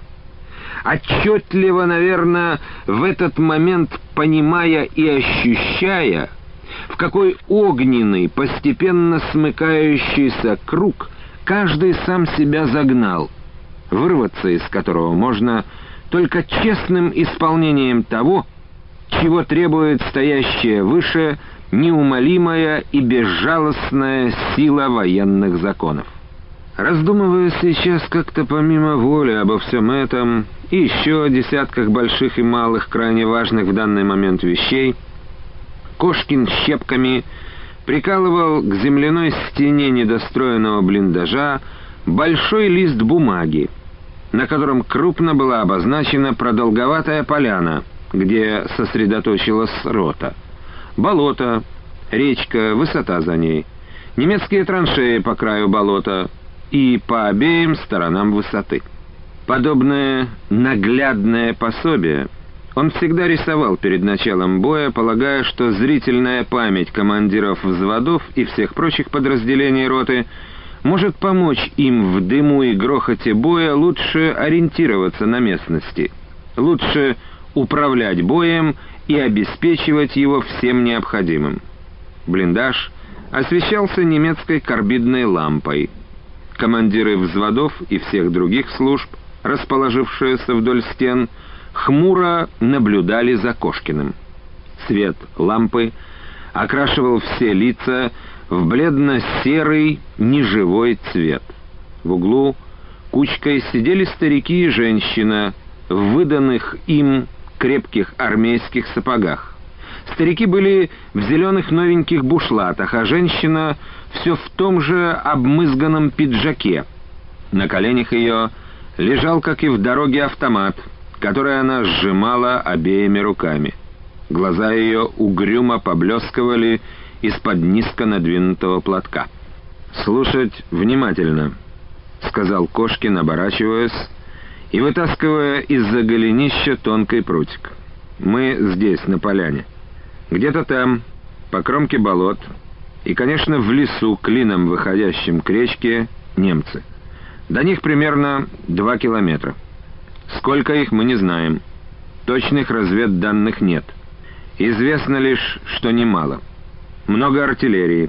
отчетливо, наверное, в этот момент понимая и ощущая, в какой огненный, постепенно смыкающийся круг каждый сам себя загнал, вырваться из которого можно только честным исполнением того, чего требует стоящая выше неумолимая и безжалостная сила военных законов. Раздумывая сейчас как-то помимо воли обо всем этом и еще о десятках больших и малых, крайне важных в данный момент вещей, Кошкин щепками прикалывал к земляной стене недостроенного блиндажа большой лист бумаги, на котором крупно была обозначена продолговатая поляна, где сосредоточилась рота. Болото, речка, высота за ней, немецкие траншеи по краю болота и по обеим сторонам высоты. Подобное наглядное пособие он всегда рисовал перед началом боя, полагая, что зрительная память командиров взводов и всех прочих подразделений роты может помочь им в дыму и грохоте боя лучше ориентироваться на местности, лучше управлять боем и обеспечивать его всем необходимым. Блиндаж освещался немецкой карбидной лампой. Командиры взводов и всех других служб, расположившиеся вдоль стен, хмуро наблюдали за Кошкиным. Свет лампы окрашивал все лица в бледно-серый неживой цвет. В углу кучкой сидели старики и женщина в выданных им крепких армейских сапогах. Старики были в зеленых новеньких бушлатах, а женщина все в том же обмызганном пиджаке. На коленях ее лежал, как и в дороге, автомат, который она сжимала обеими руками. Глаза ее угрюмо поблескивали из-под низко надвинутого платка. «Слушать внимательно», — сказал Кошкин, оборачиваясь и вытаскивая из-за голенища тонкий прутик. «Мы здесь, на поляне. Где-то там, по кромке болот, и, конечно, в лесу, клином выходящим к речке, немцы. До них примерно два километра. Сколько их, мы не знаем. Точных разведданных нет. Известно лишь, что немало. Много артиллерии.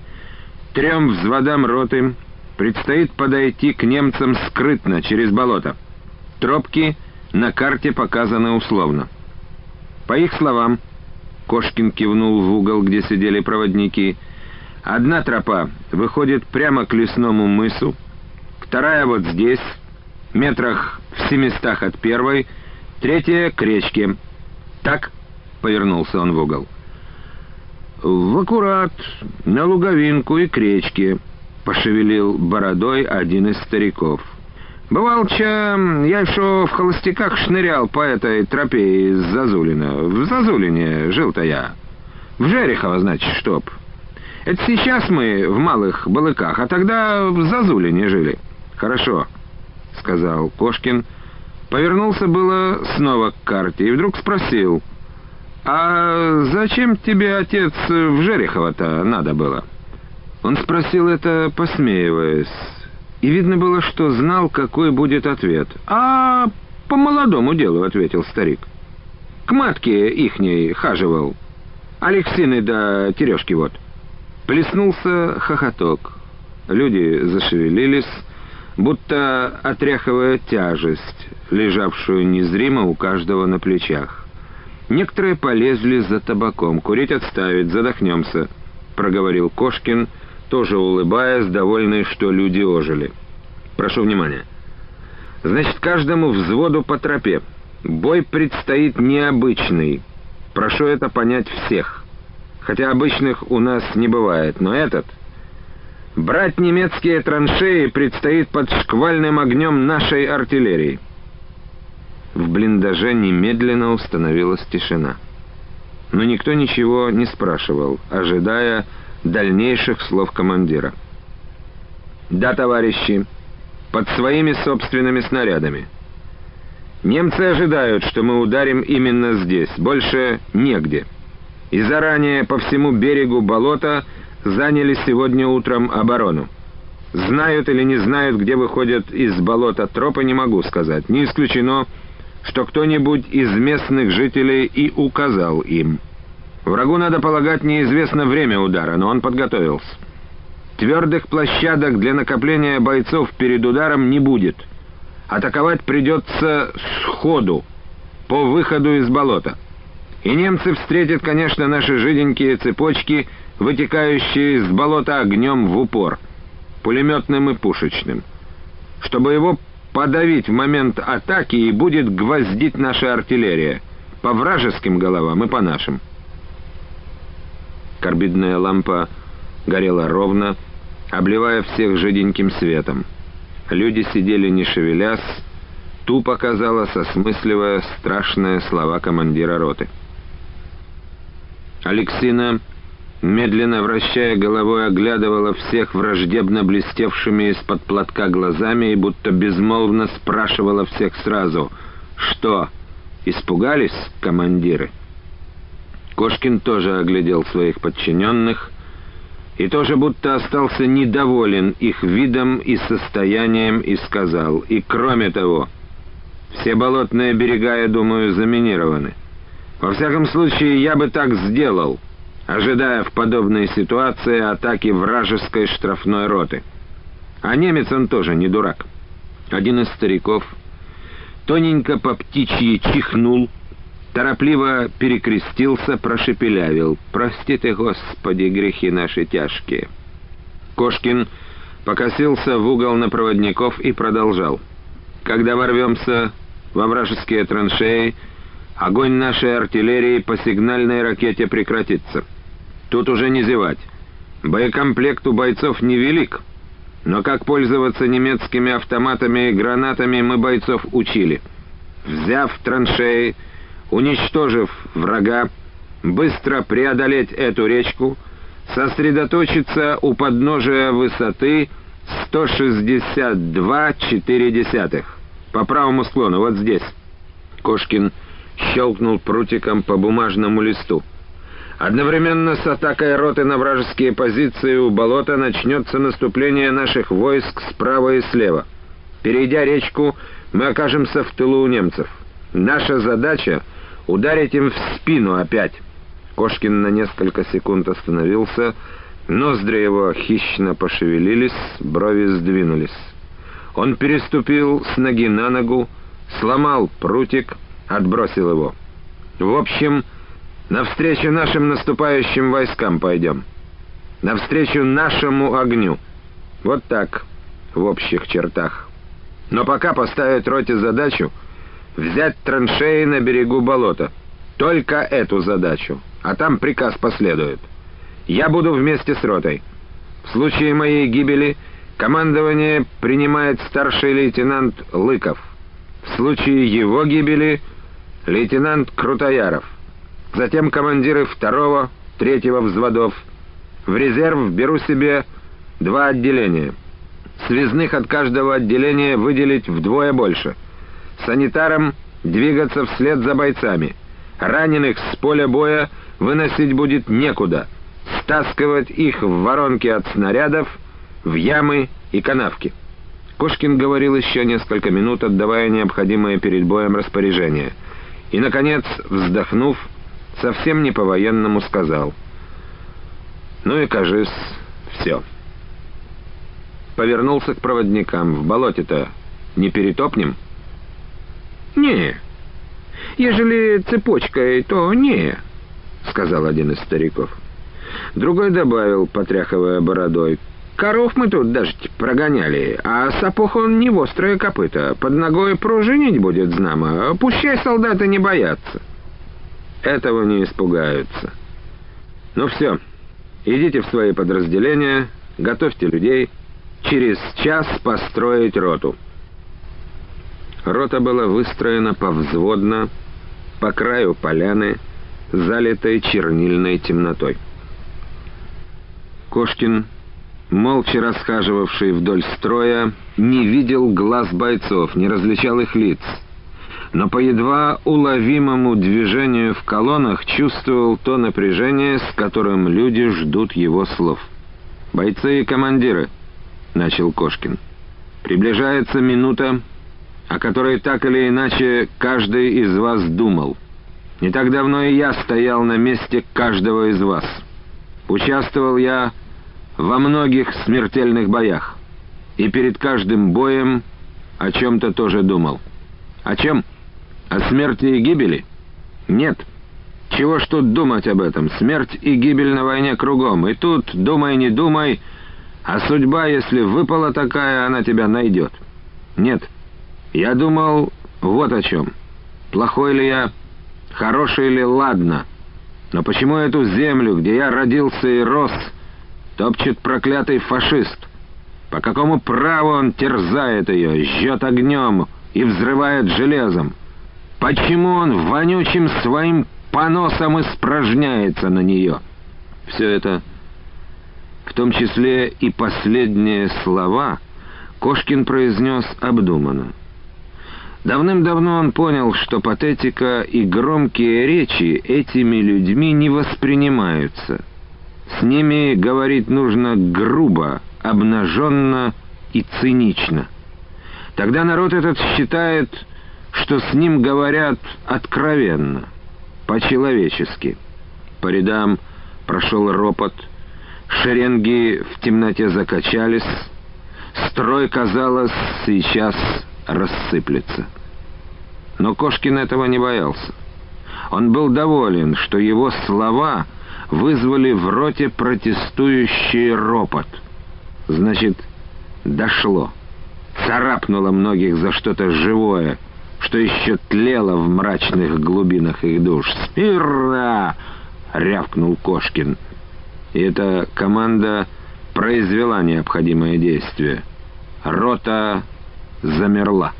Трем взводам роты предстоит подойти к немцам скрытно, через болото. Тропки на карте показаны условно. По их словам, Кошкин кивнул в угол, где сидели проводники, одна тропа выходит прямо к лесному мысу, вторая вот здесь, метрах в семистах от первой, третья к речке. Так, повернулся он в угол. В аккурат, на луговинку и к речке, пошевелил бородой один из стариков. Бывалча, я еще в холостяках шнырял по этой тропе из Зазулина. В Зазулине жил-то я. В Жерехово, значит, чтоб. Это сейчас мы в Малых Балыках, а тогда в Зазулине жили. Хорошо, сказал Кошкин. Повернулся было снова к карте и вдруг спросил: «А зачем тебе, отец, в Жерехово-то надо было?» Он спросил это, посмеиваясь, и видно было, что знал, какой будет ответ. «А по молодому делу», — ответил старик. «К матке ихней хаживал. Алексины да Терешки вот». Плеснулся хохоток. Люди зашевелились, будто отряхивая тяжесть, лежавшую незримо у каждого на плечах. Некоторые полезли за табаком. «Курить отставить, задохнемся», — проговорил Кошкин, тоже улыбаясь, довольный, что люди ожили. «Прошу внимания. Значит, каждому взводу по тропе. Бой предстоит необычный. Прошу это понять всех. Хотя обычных у нас не бывает, но этот... Брать немецкие траншеи предстоит под шквальным огнем нашей артиллерии». В блиндаже немедленно установилась тишина. Но никто ничего не спрашивал, ожидая дальнейших слов командира. «Да, товарищи, под своими собственными снарядами. Немцы ожидают, что мы ударим именно здесь, больше негде. И заранее по всему берегу болота заняли сегодня утром оборону. Знают или не знают, где выходят из болота тропы, не могу сказать. Не исключено, что кто-нибудь из местных жителей и указал им. Врагу, надо полагать, неизвестно время удара, но он подготовился. Твердых площадок для накопления бойцов перед ударом не будет. Атаковать придется сходу, по выходу из болота. И немцы встретят, конечно, наши жиденькие цепочки, вытекающие из болота огнем в упор, пулеметным и пушечным. Чтобы его подавить в момент атаки, и будет гвоздить наша артиллерия, по вражеским головам и по нашим». Карбидная лампа горела ровно, обливая всех жиденьким светом. Люди сидели не шевелясь, тупо, казалось, осмысливая страшные слова командира роты. Алексина, медленно вращая головой, оглядывала всех враждебно блестевшими из-под платка глазами и будто безмолвно спрашивала всех сразу: «Что, испугались, командиры?» Кошкин тоже оглядел своих подчиненных и тоже будто остался недоволен их видом и состоянием и сказал: «И кроме того, все болотные берега, я думаю, заминированы. Во всяком случае, я бы так сделал, ожидая в подобной ситуации атаки вражеской штрафной роты. А немец он тоже не дурак». Один из стариков тоненько по птичьи чихнул, торопливо перекрестился, прошепелявил: «Прости ты, Господи, грехи наши тяжкие». Кошкин покосился в угол на проводников и продолжал: «Когда ворвемся во вражеские траншеи, огонь нашей артиллерии по сигнальной ракете прекратится. Тут уже не зевать. Боекомплект у бойцов невелик, но как пользоваться немецкими автоматами и гранатами мы бойцов учили. Взяв траншеи, уничтожив врага, быстро преодолеть эту речку, сосредоточиться у подножия высоты сто шестьдесят два целых четыре десятых по правому склону, вот здесь». Кошкин щелкнул прутиком по бумажному листу. «Одновременно с атакой роты на вражеские позиции у болота начнется наступление наших войск справа и слева. Перейдя речку, мы окажемся в тылу у немцев. Наша задача — ударить им в спину опять». Кошкин на несколько секунд остановился, ноздри его хищно пошевелились, брови сдвинулись. Он переступил с ноги на ногу, сломал прутик, отбросил его. «В общем, навстречу нашим наступающим войскам пойдем. Навстречу нашему огню. Вот так, в общих чертах. Но пока поставить роте задачу взять траншеи на берегу болота. Только эту задачу, а там приказ последует. Я буду вместе с ротой. В случае моей гибели командование принимает старший лейтенант Лыков. В случае его гибели — лейтенант Крутояров. Затем командиры второго, третьего взводов. В резерв беру себе два отделения. Связных от каждого отделения выделить вдвое больше. Санитарам двигаться вслед за бойцами. Раненых с поля боя выносить будет некуда. Стаскивать их в воронки от снарядов, в ямы и канавки. Кошкин говорил еще несколько минут, отдавая необходимые перед боем распоряжения. И, наконец, вздохнув, совсем не по-военному сказал: «Ну и, кажись, все». Повернулся к проводникам. «В болоте-то не перетопнем?» «Не, ежели цепочкой, то не», — сказал один из стариков. Другой добавил, потряхивая бородой: «Коров мы тут даже прогоняли, а сапог он не в острое копыто, под ногой пружинить будет, знамо, пущай солдаты не боятся». «Этого не испугаются. Ну все, идите в свои подразделения, готовьте людей, через час построить роту». Рота была выстроена повзводно, по краю поляны, залитой чернильной темнотой. Кошкин, молча расхаживавший вдоль строя, не видел глаз бойцов, не различал их лиц, но по едва уловимому движению в колоннах чувствовал то напряжение, с которым люди ждут его слов. «Бойцы и командиры», — начал Кошкин, — «приближается минута, о которой так или иначе каждый из вас думал. Не так давно и я стоял на месте каждого из вас. Участвовал я во многих смертельных боях, и перед каждым боем о чем-то тоже думал. О чем? О смерти и гибели? Нет. Чего ж тут думать об этом? Смерть и гибель на войне кругом. И тут, думай, не думай, а судьба, если выпала такая, она тебя найдет. Нет. Я думал вот о чем. Плохой ли я, хороший ли, ладно. Но почему эту землю, где я родился и рос, топчет проклятый фашист? По какому праву он терзает ее, жжет огнем и взрывает железом? Почему он вонючим своим поносом испражняется на нее? Все это, в том числе и последние слова, Кошкин произнес обдуманно. Давным-давно он понял, что патетика и громкие речи этими людьми не воспринимаются. С ними говорить нужно грубо, обнаженно и цинично. Тогда народ этот считает, что с ним говорят откровенно, по-человечески. По рядам прошел ропот, шеренги в темноте закачались, строй, казалось, сейчас рассыплется. Но Кошкин этого не боялся. Он был доволен, что его слова вызвали в роте протестующий ропот. Значит, дошло. Царапнуло многих за что-то живое, что еще тлело в мрачных глубинах их душ. «Смирно!» — рявкнул Кошкин. И эта команда произвела необходимое действие. Рота замерла.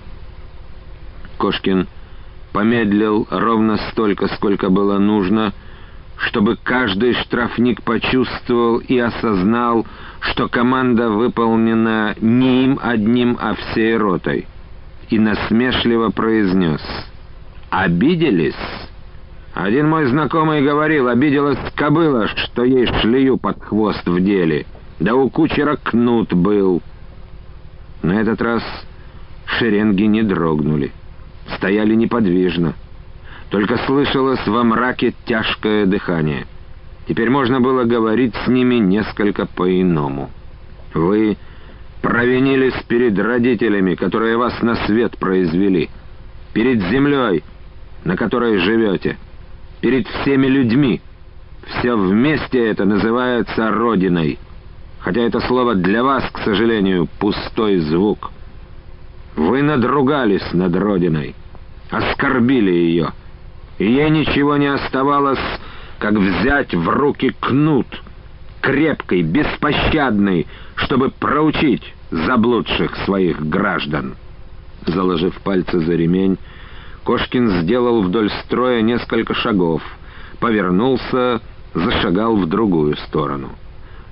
Кошкин помедлил ровно столько, сколько было нужно, чтобы каждый штрафник почувствовал и осознал, что команда выполнена не им одним, а всей ротой, и насмешливо произнес: «Обиделись?» Один мой знакомый говорил: обиделась кобыла, что ей шлею под хвост вдели, да у кучера кнут был. На этот раз шеренги не дрогнули, стояли неподвижно. Только слышалось во мраке тяжкое дыхание. Теперь можно было говорить с ними несколько по-иному. «Вы провинились перед родителями, которые вас на свет произвели, перед землей, на которой живете, перед всеми людьми. Все вместе это называется Родиной, хотя это слово для вас, к сожалению, пустой звук. Вы надругались над Родиной, оскорбили ее, и ей ничего не оставалось, как взять в руки кнут, крепкий, беспощадный, чтобы проучить заблудших своих граждан». Заложив пальцы за ремень, Кошкин сделал вдоль строя несколько шагов, повернулся, зашагал в другую сторону.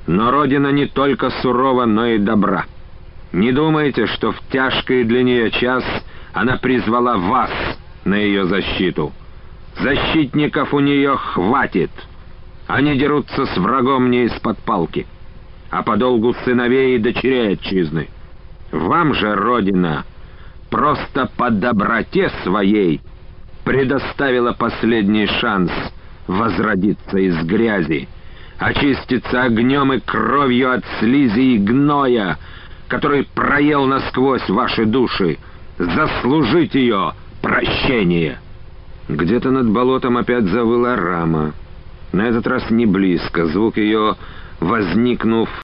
Но Родина не только сурова, но и добра. Не думайте, что в тяжкий для нее час она призвала вас на ее защиту. Защитников у нее хватит. Они дерутся с врагом не из-под палки, а по долгу сыновей и дочерей отчизны. Вам же Родина просто по доброте своей предоставила последний шанс возродиться из грязи, очиститься огнем и кровью от слизи и гноя, который проел насквозь ваши души, заслужить ее прощение. Где-то над болотом опять завыла рама. На этот раз не близко. Звук ее, возникнув